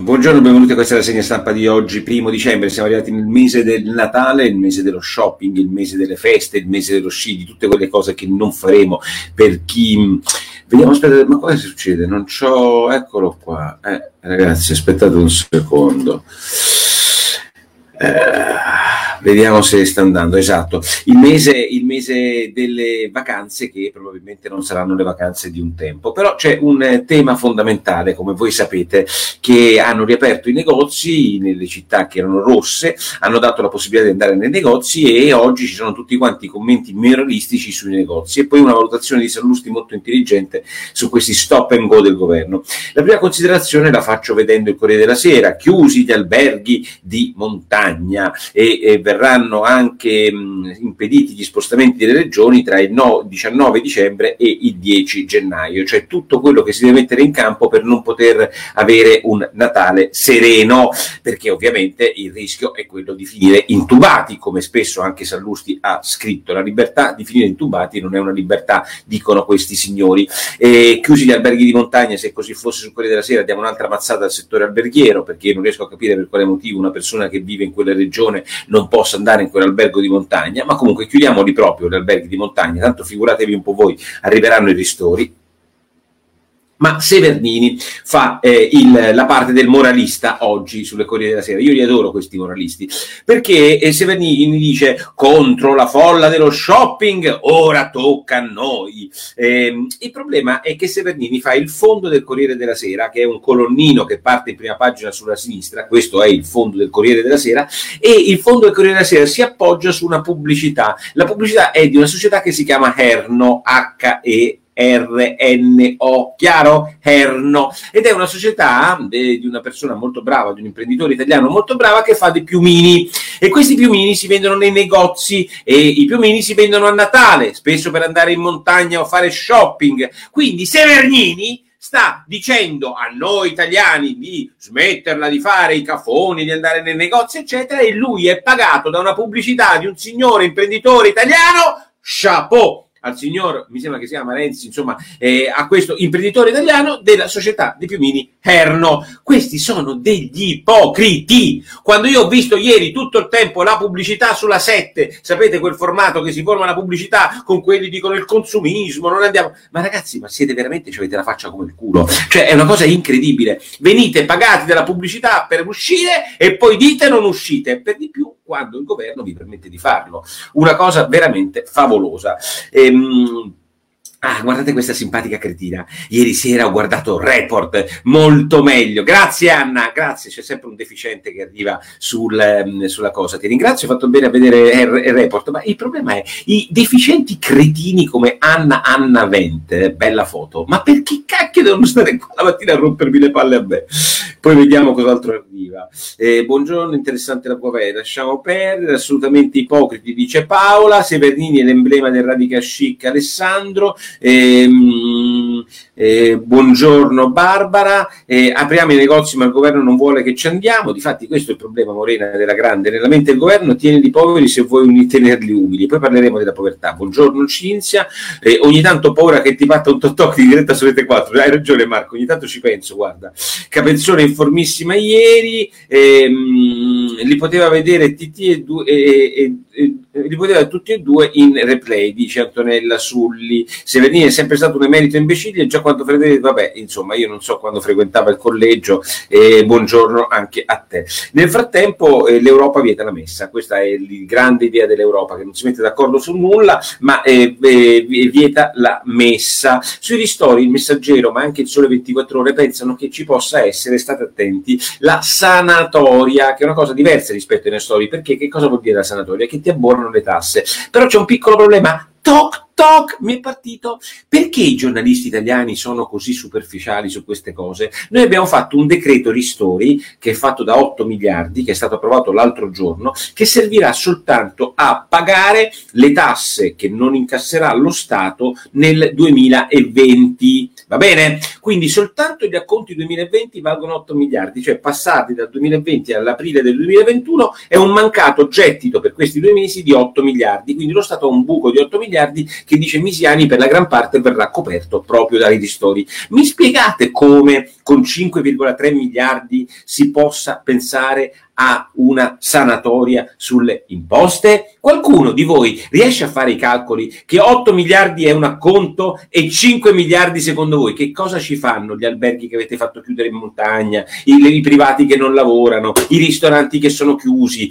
Buongiorno, benvenuti a questa rassegna stampa di oggi, 1° dicembre. Siamo arrivati nel mese del Natale, il mese dello shopping, il mese delle feste, il mese dello sci, di tutte quelle cose che non faremo per chi... Vediamo, aspetta, ma cosa succede? Non c'ho... Eccolo qua. Ragazzi, aspettate un secondo. Vediamo se sta andando, esatto. Il mese delle vacanze, che probabilmente non saranno le vacanze di un tempo, però c'è un tema fondamentale, come voi sapete, che hanno riaperto i negozi nelle città che erano rosse, hanno dato la possibilità di andare nei negozi e oggi ci sono tutti quanti i commenti moralistici sui negozi e poi una valutazione di Sallusti molto intelligente su questi stop and go del governo. La prima considerazione la faccio vedendo il Corriere della Sera: chiusi gli alberghi di montagna e verranno anche impediti gli spostamenti delle regioni tra il 19 dicembre e il 10 gennaio, cioè tutto quello che si deve mettere in campo per non poter avere un Natale sereno, perché ovviamente il rischio è quello di finire intubati, come spesso anche Sallusti ha scritto. La libertà di finire intubati non è una libertà, dicono questi signori. Chiusi gli alberghi di montagna, se così fosse sul Corriere della Sera diamo un'altra mazzata al settore alberghiero, perché io non riesco a capire per quale motivo una persona che vive in quella regione non possa andare in quell'albergo di montagna, ma comunque chiudiamoli proprio gli alberghi di montagna, tanto figuratevi un po' voi, arriveranno i ristori. Ma Severnini fa la parte del moralista oggi sulle Corriere della Sera. Io li adoro questi moralisti, perché Severnini dice: contro la folla dello shopping, ora tocca a noi. Il problema è che Severnini fa il fondo del Corriere della Sera, che è un colonnino che parte in prima pagina sulla sinistra. Questo è il fondo del Corriere della Sera, e il fondo del Corriere della Sera si appoggia su una pubblicità. La pubblicità è di una società che si chiama Herno, H-E-R-N-O, chiaro? Herno, ed è una società di una persona molto brava, di un imprenditore italiano molto brava, che fa dei piumini, e questi piumini si vendono nei negozi, e i piumini si vendono a Natale, spesso per andare in montagna o fare shopping. Quindi Severnini sta dicendo a noi italiani di smetterla di fare i cafoni, di andare nei negozi eccetera, e lui è pagato da una pubblicità di un signore imprenditore italiano. Chapeau al signor, mi sembra che si chiama Renzi, insomma, a questo imprenditore italiano della società di piumini Herno. Questi sono degli ipocriti. Quando io ho visto ieri tutto il tempo la pubblicità sulla 7, sapete quel formato che si forma la pubblicità con quelli che dicono il consumismo, non andiamo... Ma ragazzi, ma siete veramente, avete la faccia come il culo? Cioè è una cosa incredibile. Venite pagati dalla pubblicità per uscire e poi dite non uscite, per di più quando il governo vi permette di farlo. Una cosa veramente favolosa. Guardate questa simpatica cretina. Ieri sera ho guardato Report, molto meglio. Grazie Anna, grazie. C'è sempre un deficiente che arriva sulla cosa. Ti ringrazio, ho fatto bene a vedere Report, ma il problema è i deficienti cretini come Anna Vente, bella foto. Ma perché cacchio devono stare qua la mattina a rompermi le palle a me? Poi vediamo cos'altro arriva. Buongiorno, interessante la povera. Lasciamo perdere, assolutamente ipocriti, dice Paola. Severnini è l'emblema del radical chic, Alessandro. Buongiorno Barbara. Apriamo i negozi ma il governo non vuole che ci andiamo. Difatti questo è il problema, Morena, della grande. Nella mente del governo tienili poveri se vuoi tenerli umili. Poi parleremo della povertà. Buongiorno Cinzia. Ogni tanto ho paura che ti parta un TikTok di diretta su Rete 4. Hai ragione Marco, ogni tanto ci penso, guarda. Capezzone informissima ieri, li poteva vedere li poteva tutti e due in replay, dice Antonella Sulli. Severnini è sempre stato un emerito imbecille, già quando vabbè, insomma, io non so quando frequentava il collegio. Buongiorno anche a te. Nel frattempo l'Europa vieta la messa, questa è la grande idea dell'Europa, che non si mette d'accordo su nulla, ma vieta la messa. Sui ristori il Messaggero, ma anche il Sole 24 Ore pensano che ci possa essere, state attenti, la sanatoria, che è una cosa diversa rispetto ai ristori, perché che cosa vuol dire la sanatoria? Che ti abbonano le tasse. Però c'è un piccolo problema. Toc, mi è partito. Perché i giornalisti italiani sono così superficiali su queste cose? Noi abbiamo fatto un decreto ristori che è fatto da 8 miliardi, che è stato approvato l'altro giorno, che servirà soltanto a pagare le tasse che non incasserà lo Stato nel 2020. Va bene? Quindi soltanto gli acconti 2020 valgono 8 miliardi, cioè passati dal 2020 all'aprile del 2021 è un mancato gettito per questi 2 mesi di 8 miliardi. Quindi lo Stato ha un buco di 8 miliardi che che dice Misiani per la gran parte verrà coperto proprio dai ristori. Mi spiegate come con 5,3 miliardi si possa pensare a una sanatoria sulle imposte? Qualcuno di voi riesce a fare i calcoli che 8 miliardi è un acconto e 5 miliardi secondo voi? Che cosa ci fanno gli alberghi che avete fatto chiudere in montagna, i privati che non lavorano, i ristoranti che sono chiusi,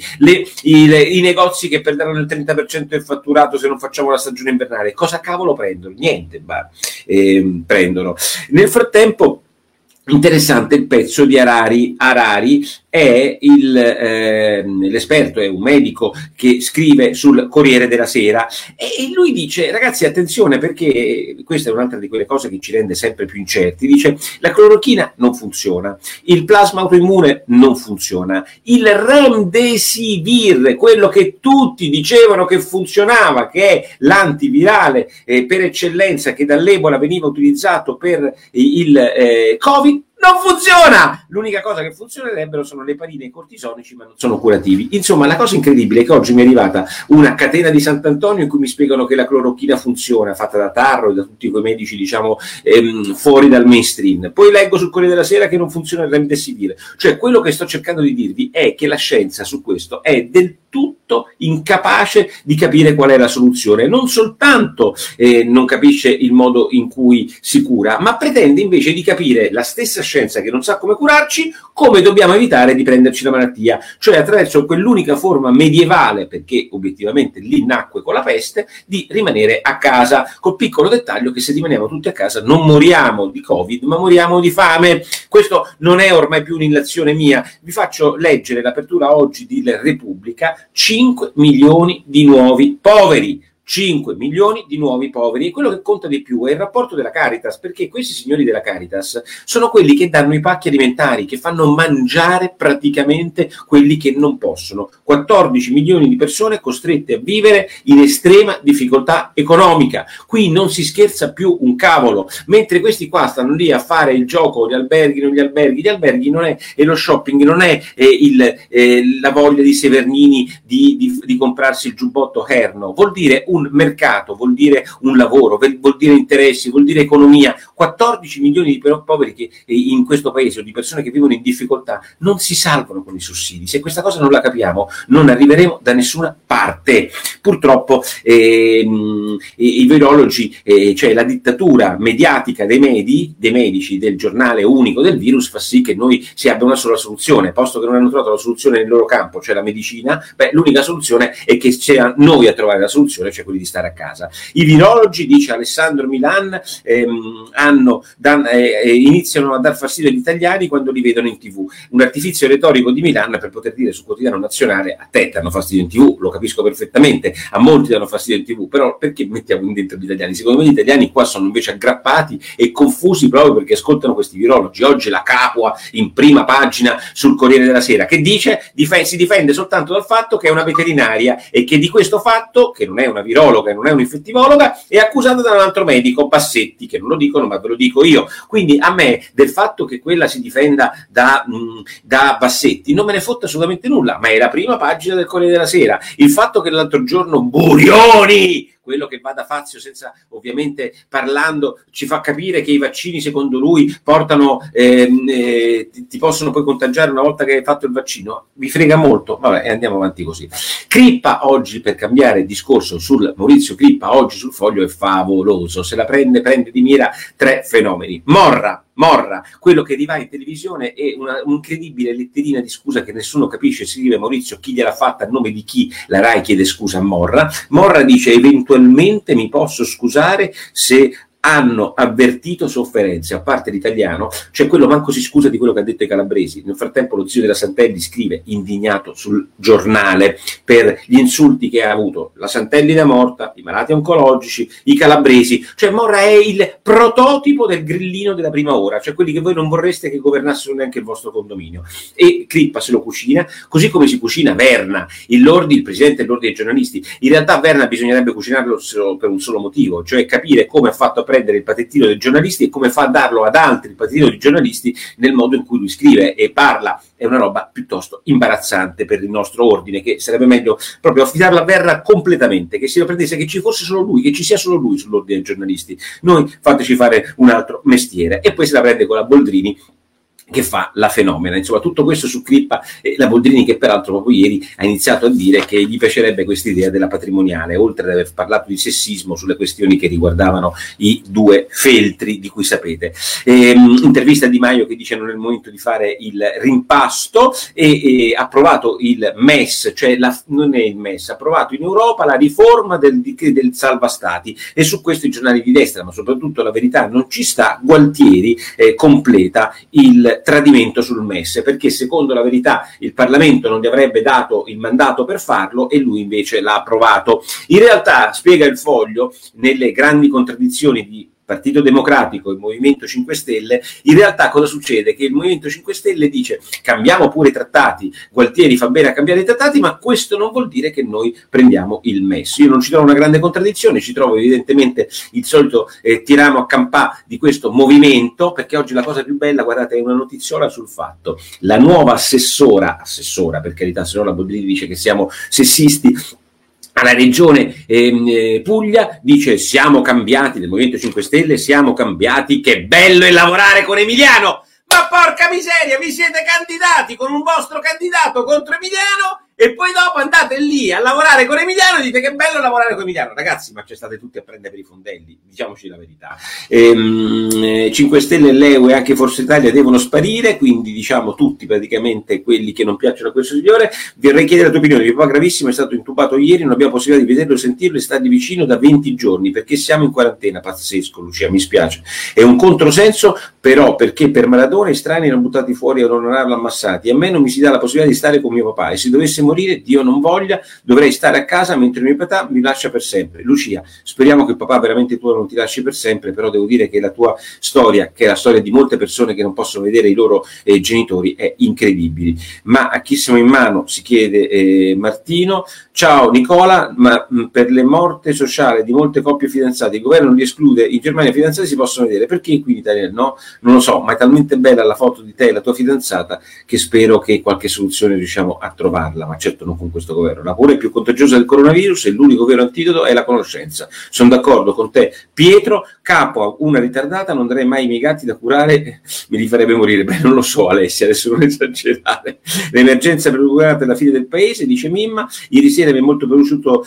i negozi che perderanno il 30% del fatturato se non facciamo la stagione invernale? Cosa cavolo prendono? Niente, prendono. Nel frattempo, interessante il pezzo di Harari. Harari è l'esperto, è un medico che scrive sul Corriere della Sera e lui dice: ragazzi, attenzione, perché questa è un'altra di quelle cose che ci rende sempre più incerti. Dice: la clorochina non funziona, il plasma autoimmune non funziona, il remdesivir, quello che tutti dicevano che funzionava, che è l'antivirale per eccellenza, che dall'Ebola veniva utilizzato per il Covid, non funziona! L'unica cosa che funzionerebbero sono le parine e i cortisonici, ma non sono curativi. Insomma, la cosa incredibile è che oggi mi è arrivata una catena di Sant'Antonio in cui mi spiegano che la clorochina funziona, fatta da Tarro e da tutti quei medici, diciamo, fuori dal mainstream. Poi leggo sul Corriere della Sera che non funziona il remdesivir. Cioè, quello che sto cercando di dirvi è che la scienza su questo è del tutto incapace di capire qual è la soluzione. Non soltanto non capisce il modo in cui si cura, ma pretende invece di capire la stessa scienza che non sa come curarci, come dobbiamo evitare di prenderci la malattia, cioè attraverso quell'unica forma medievale, perché obiettivamente lì nacque con la peste, di rimanere a casa, col piccolo dettaglio che se rimaniamo tutti a casa non moriamo di Covid, ma moriamo di fame. Questo non è ormai più un'illazione mia. Vi faccio leggere l'apertura oggi di Repubblica: 5 milioni di nuovi poveri. 5 milioni di nuovi poveri, e quello che conta di più è il rapporto della Caritas, perché questi signori della Caritas sono quelli che danno i pacchi alimentari, che fanno mangiare praticamente quelli che non possono. 14 milioni di persone costrette a vivere in estrema difficoltà economica. Qui non si scherza più un cavolo, mentre questi qua stanno lì a fare il gioco, gli alberghi non è, e lo shopping non è la voglia di Severnini di comprarsi il giubbotto Herno, vuol dire un mercato, vuol dire un lavoro, vuol dire interessi, vuol dire economia. 14 milioni di poveri che in questo paese, o di persone che vivono in difficoltà, non si salvano con i sussidi. Se questa cosa non la capiamo, non arriveremo da nessuna parte. Purtroppo i virologi, cioè la dittatura mediatica dei medici, del giornale unico del virus, fa sì che noi si abbia una sola soluzione. Posto che non hanno trovato la soluzione nel loro campo, cioè la medicina, l'unica soluzione è che sia noi a trovare la soluzione, cioè quelli di stare a casa. I virologi, dice Alessandro Milan, iniziano a dar fastidio agli italiani quando li vedono in TV. Un artifizio retorico di Milan per poter dire sul quotidiano nazionale: a te danno fastidio in TV, lo capisco perfettamente, a molti danno fastidio in TV, però perché mettiamo dentro gli italiani? Secondo me gli italiani qua sono invece aggrappati e confusi proprio perché ascoltano questi virologi. Oggi la Capua in prima pagina sul Corriere della Sera, che dice si difende soltanto dal fatto che è una veterinaria e che di questo fatto, che non è una virologa e non è un'infettivologa, è accusata da un altro medico, Bassetti, che non lo dicono ma ve lo dico io. Quindi a me del fatto che quella si difenda da Bassetti non me ne fotte assolutamente nulla, ma è la prima pagina del Corriere della Sera. Il fatto che l'altro giorno Burioni, quello che va da Fazio senza ovviamente parlando, ci fa capire che i vaccini secondo lui portano ti possono poi contagiare una volta che hai fatto il vaccino, vi frega molto, vabbè, andiamo avanti così. Crippa oggi, per cambiare discorso sul Maurizio Crippa, oggi sul Foglio è favoloso, se la prende di mira 3 fenomeni. Morra, quello che arriva in televisione è un'incredibile letterina di scusa che nessuno capisce, si scrive Maurizio, chi gliel'ha fatta, a nome di chi la Rai chiede scusa a Morra. Morra dice: eventualmente mi posso scusare se hanno avvertito sofferenze, a parte l'italiano, cioè quello manco si scusa di quello che ha detto ai calabresi. Nel frattempo lo zio della Santelli scrive, indignato, sul Giornale per gli insulti che ha avuto la Santelli da morta, i malati oncologici, i calabresi. Cioè Morra è il prototipo del grillino della prima ora, cioè quelli che voi non vorreste che governassero neanche il vostro condominio. E Crippa se lo cucina, così come si cucina Verna, il presidente dell'ordine dei giornalisti. In realtà Verna bisognerebbe cucinarlo per un solo motivo, cioè capire come ha fatto a prendere il patentino dei giornalisti e come fa a darlo ad altri il patentino dei giornalisti nel modo in cui lui scrive e parla. È una roba piuttosto imbarazzante per il nostro ordine, che sarebbe meglio proprio affidarla a Verra completamente, che si riprendesse, che ci fosse solo lui, che ci sia solo lui sull'ordine dei giornalisti. Noi fateci fare un altro mestiere. E poi se la prende con la Boldrini, che fa la fenomena. Insomma, tutto questo su Crippa e la Boldrini, che peraltro proprio ieri ha iniziato a dire che gli piacerebbe questa idea della patrimoniale, oltre ad aver parlato di sessismo sulle questioni che riguardavano i due Feltri di cui sapete. Intervista a Di Maio che dice non è il momento di fare il rimpasto, e ha approvato il MES, cioè non è il MES, ha approvato in Europa la riforma del salva stati, e su questo i giornali di destra, ma soprattutto La Verità non ci sta, Gualtieri completa il tradimento sul MES, perché secondo La Verità il Parlamento non gli avrebbe dato il mandato per farlo e lui invece l'ha approvato. In realtà, spiega il Foglio, nelle grandi contraddizioni di Partito Democratico e Movimento 5 Stelle, in realtà cosa succede? Che il Movimento 5 Stelle dice cambiamo pure i trattati, Gualtieri fa bene a cambiare i trattati, ma questo non vuol dire che noi prendiamo il MES. Io non ci trovo una grande contraddizione, ci trovo evidentemente il solito tiramo a campà di questo movimento, perché oggi la cosa più bella, guardate, è una notiziola sul fatto, la nuova assessora, per carità, se no la Boldrini dice che siamo sessisti, alla regione Puglia, dice siamo cambiati, del Movimento 5 Stelle siamo cambiati, che bello è lavorare con Emiliano, ma porca miseria, vi siete candidati con un vostro candidato contro Emiliano e poi dopo andate lì a lavorare con Emiliano e dite che bello lavorare con Emiliano. Ragazzi, ma ci state tutti a prendere per i fondelli, diciamoci la verità. 5 Stelle e l'EU e anche Forza Italia devono sparire, quindi diciamo tutti praticamente quelli che non piacciono a questo signore. Vorrei chiedere la tua opinione, mio papà gravissimo è stato intubato ieri, non abbiamo possibilità di vederlo e sentirlo e stargli vicino da 20 giorni perché siamo in quarantena. Pazzesco, Lucia, mi spiace, è un controsenso, però, perché per Maradona i strani erano buttati fuori a onorarlo ammassati, a me non mi si dà la possibilità di stare con mio papà e se dovesse morire, Dio non voglia, dovrei stare a casa mentre mio papà mi lascia per sempre. Lucia, speriamo che il papà veramente tuo non ti lasci per sempre, però devo dire che la tua storia, che è la storia di molte persone che non possono vedere i loro genitori, è incredibile. Ma a chi siamo in mano, si chiede Martino. Ciao Nicola, ma per le morte sociale di molte coppie fidanzate il governo li esclude, in Germania i fidanzati si possono vedere, perché qui in Italia no? Non lo so, ma è talmente bella la foto di te e la tua fidanzata che spero che qualche soluzione riusciamo a trovarla, ma certo non con questo governo. La paura è più contagiosa del coronavirus e l'unico vero antidoto è la conoscenza. Sono d'accordo con te, Pietro, capo a una ritardata, non darei mai i miei gatti da curare, mi li farebbe morire. Beh, non lo so Alessia, adesso non esagerare. L'emergenza preoccupante è la fine del paese, dice Mimma. Ieri sera mi è molto piaciuto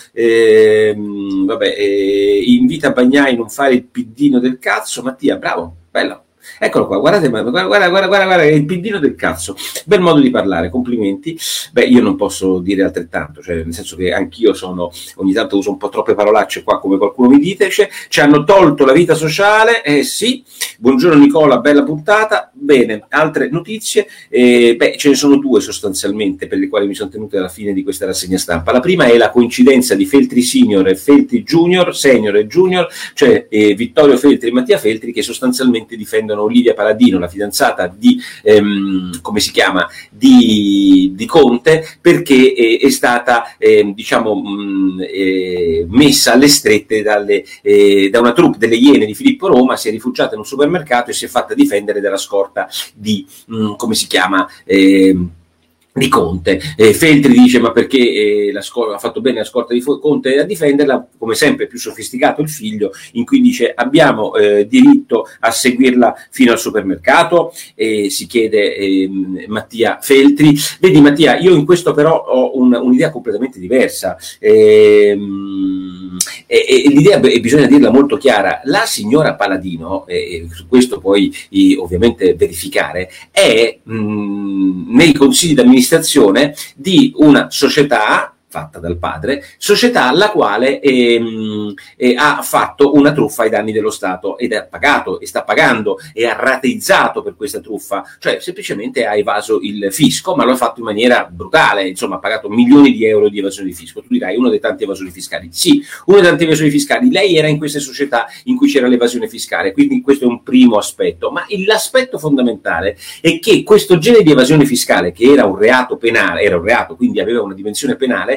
invita Bagnai non fare il piddino del cazzo. Mattia, bravo, bello. Eccolo qua, guarda, il piddino del cazzo, bel modo di parlare, complimenti. Beh, io non posso dire altrettanto, cioè nel senso che anch'io ogni tanto uso un po' troppe parolacce qua, come qualcuno mi dice, ci hanno tolto la vita sociale, sì. Buongiorno Nicola, bella puntata. Bene, altre notizie, ce ne sono due sostanzialmente per le quali mi sono tenuto alla fine di questa rassegna stampa. La prima è la coincidenza di Feltri Senior e Feltri Junior, Senior e Junior, cioè Vittorio Feltri e Mattia Feltri, che sostanzialmente difendono Olivia Paladino, la fidanzata di di Conte, perché è stata messa alle strette da una troupe delle Iene di Filippo Roma, si è rifugiata in un supermercato e si è fatta difendere dalla scorta di di Conte. Feltri dice ma perché ha fatto bene la scorta di Conte a difenderla, come sempre più sofisticato il figlio, in cui dice abbiamo diritto a seguirla fino al supermercato, si chiede Mattia Feltri. Vedi Mattia, io in questo però ho un'idea completamente diversa, l'idea, bisogna dirla molto chiara, la signora Paladino, su questo puoi ovviamente verificare, è nei consigli d'amministrazione di una società fatta dal padre, società alla quale ha fatto una truffa ai danni dello Stato ed ha pagato e sta pagando e ha rateizzato per questa truffa, cioè semplicemente ha evaso il fisco, ma lo ha fatto in maniera brutale, insomma ha pagato milioni di euro di evasione di fisco. Tu dirai uno dei tanti evasori fiscali, sì, uno dei tanti evasori fiscali, lei era in queste società in cui c'era l'evasione fiscale, quindi questo è un primo aspetto, ma l'aspetto fondamentale è che questo genere di evasione fiscale, che era un reato penale, quindi aveva una dimensione penale,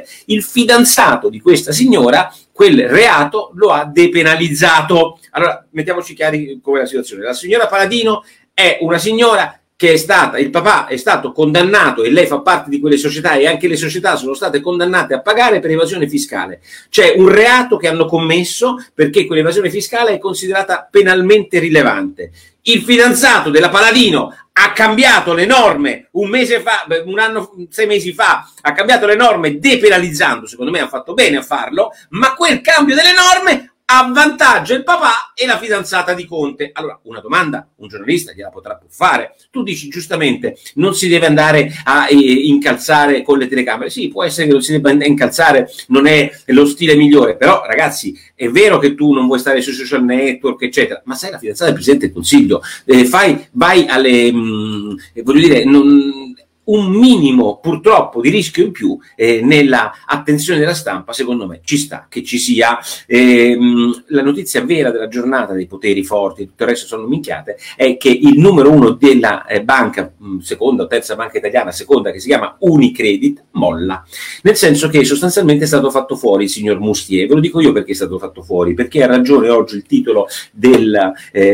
il fidanzato di questa signora quel reato lo ha depenalizzato. Allora, mettiamoci chiari come la situazione. La signora Paladino è una signora che è stata, il papà è stato condannato e lei fa parte di quelle società e anche le società sono state condannate a pagare per evasione fiscale. C'è un reato che hanno commesso perché quell'evasione fiscale è considerata penalmente rilevante. Il fidanzato della Paladino ha cambiato le norme un mese fa, un anno, 6 mesi fa, ha cambiato le norme depenalizzando, secondo me ha fatto bene a farlo, ma quel cambio delle norme avvantaggia il papà e la fidanzata di Conte. Allora, una domanda, un giornalista gliela potrà pur fare. Tu dici giustamente, non si deve andare a incalzare con le telecamere. Sì, può essere che non si debba incalzare, non è lo stile migliore, però ragazzi, è vero che tu non vuoi stare sui social network, eccetera, ma sei la fidanzata del Presidente del Consiglio, vai alle, voglio dire, un minimo purtroppo di rischio in più nella attenzione della stampa, secondo me ci sta che ci sia. La notizia vera della giornata dei poteri forti, tutto il resto sono minchiate, è che il numero uno della banca, seconda o terza banca italiana, seconda, che si chiama Unicredit, molla, nel senso che sostanzialmente è stato fatto fuori il signor Mustier. Ve lo dico io perché è stato fatto fuori, perché ha ragione oggi il titolo del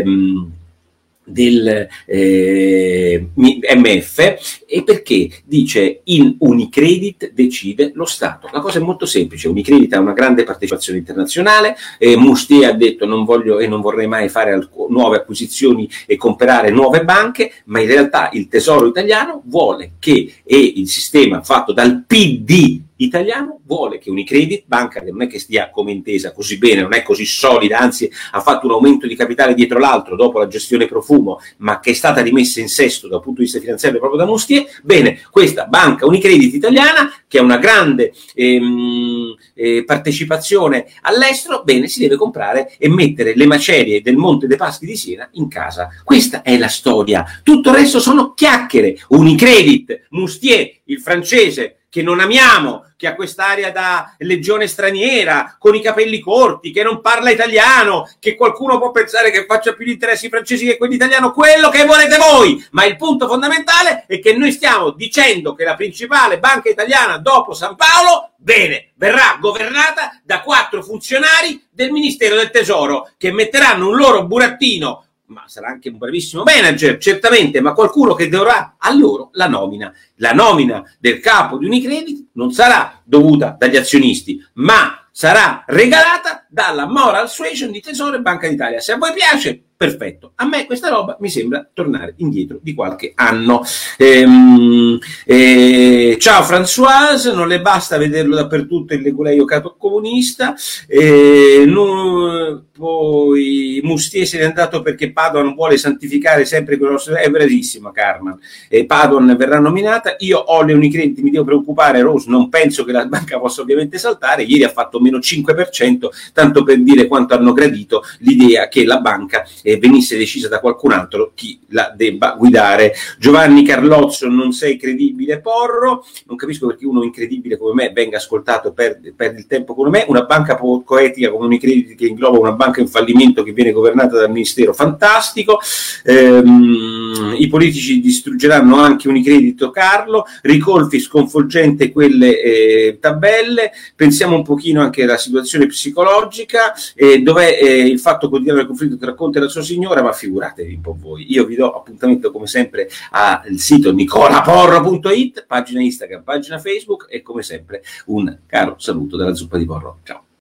MF, e perché dice in Unicredit decide lo Stato. La cosa è molto semplice: Unicredit ha una grande partecipazione internazionale, Mustier ha detto non voglio e non vorrei mai fare nuove acquisizioni e comprare nuove banche, ma in realtà il Tesoro italiano vuole che, e il sistema fatto dal PD italiano vuole che Unicredit, banca che non è che stia come intesa così bene, non è così solida, anzi ha fatto un aumento di capitale dietro l'altro dopo la gestione Profumo, ma che è stata rimessa in sesto dal punto di vista finanziario proprio da Mustier. Bene, questa banca Unicredit italiana, che ha una grande partecipazione all'estero, bene, si deve comprare e mettere le macerie del Monte dei Paschi di Siena in casa. Questa è la storia, tutto il resto sono chiacchiere. Unicredit, Mustier, il francese che non amiamo, che ha quest'aria da legione straniera, con i capelli corti, che non parla italiano, che qualcuno può pensare che faccia più gli interessi francesi che quelli italiani, quello che volete voi, ma il punto fondamentale è che noi stiamo dicendo che la principale banca italiana dopo San Paolo, bene, verrà governata da 4 funzionari del Ministero del Tesoro, che metteranno un loro burattino, ma sarà anche un bravissimo manager, certamente, ma qualcuno che dovrà a loro la nomina. La nomina del capo di Unicredit non sarà dovuta dagli azionisti, ma sarà regalata dalla Moral Suasion di Tesoro e Banca d'Italia. Se a voi piace, perfetto. A me questa roba mi sembra tornare indietro di qualche anno. Ciao Françoise, non le basta vederlo dappertutto il leguleio capo comunista. Poi Mustier se n'è andato perché Padoan vuole santificare sempre quello. È bravissima Carmen. Padoan verrà nominata. Io ho le Unicredit, mi devo preoccupare, Rose, non penso che la banca possa ovviamente saltare. Ieri ha fatto meno 5%, tanto per dire quanto hanno gradito l'idea che la banca venisse decisa da qualcun altro chi la debba guidare. Giovanni Carlozzo, non sei credibile, Porro. Non capisco perché uno incredibile come me venga ascoltato per il tempo come me. Una banca poco etica come Unicredit, che ingloba una banca in fallimento che viene governata dal ministero, fantastico. I politici distruggeranno anche Unicredit, Carlo. Ricolfi, sconvolgente quelle tabelle. Pensiamo un pochino anche alla situazione psicologica, dov'è il fatto quotidiano del conflitto tra Conte e la sua signora, ma figuratevi un po' voi. Io vi do appuntamento come sempre al sito nicolaporro.it, pagina Instagram, pagina Facebook, e come sempre un caro saluto dalla zuppa di Porro. Ciao.